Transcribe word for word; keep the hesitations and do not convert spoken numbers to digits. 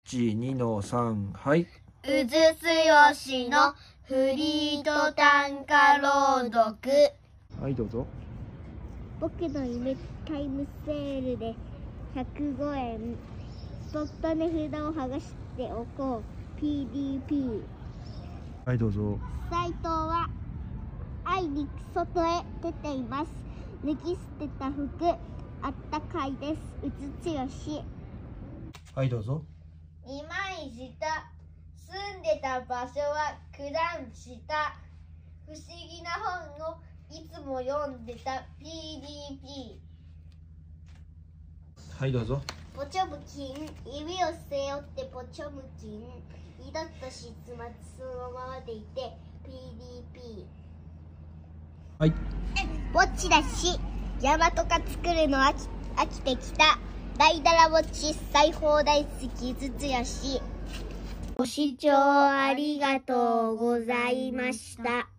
ちにのさん、はい。 うずすよしのフリート短歌朗読。 はい、どうぞ。 僕の夢タイムセールでひゃくごえん。そっと値札を剥がしておこう。 ピーディーピー。 はい、どうぞ。 斉藤は会いに外へ出ています。脱ぎ捨てた服、あったかいです。うつつよし。 はい、どうぞ。 にまい下、住んでた場所は九段下。不思議な本をいつも読んでた ピーディーピはい、どうぞ。 ポチョブキン、指を背負ってポチョブキン。二度と失末そのままでいて ピーディーピー。 はい。 ぼっちだし、山とか作るの飽き飽きてきた。大だらぼっち裁縫大好きずつよし。ご視聴ありがとうございました。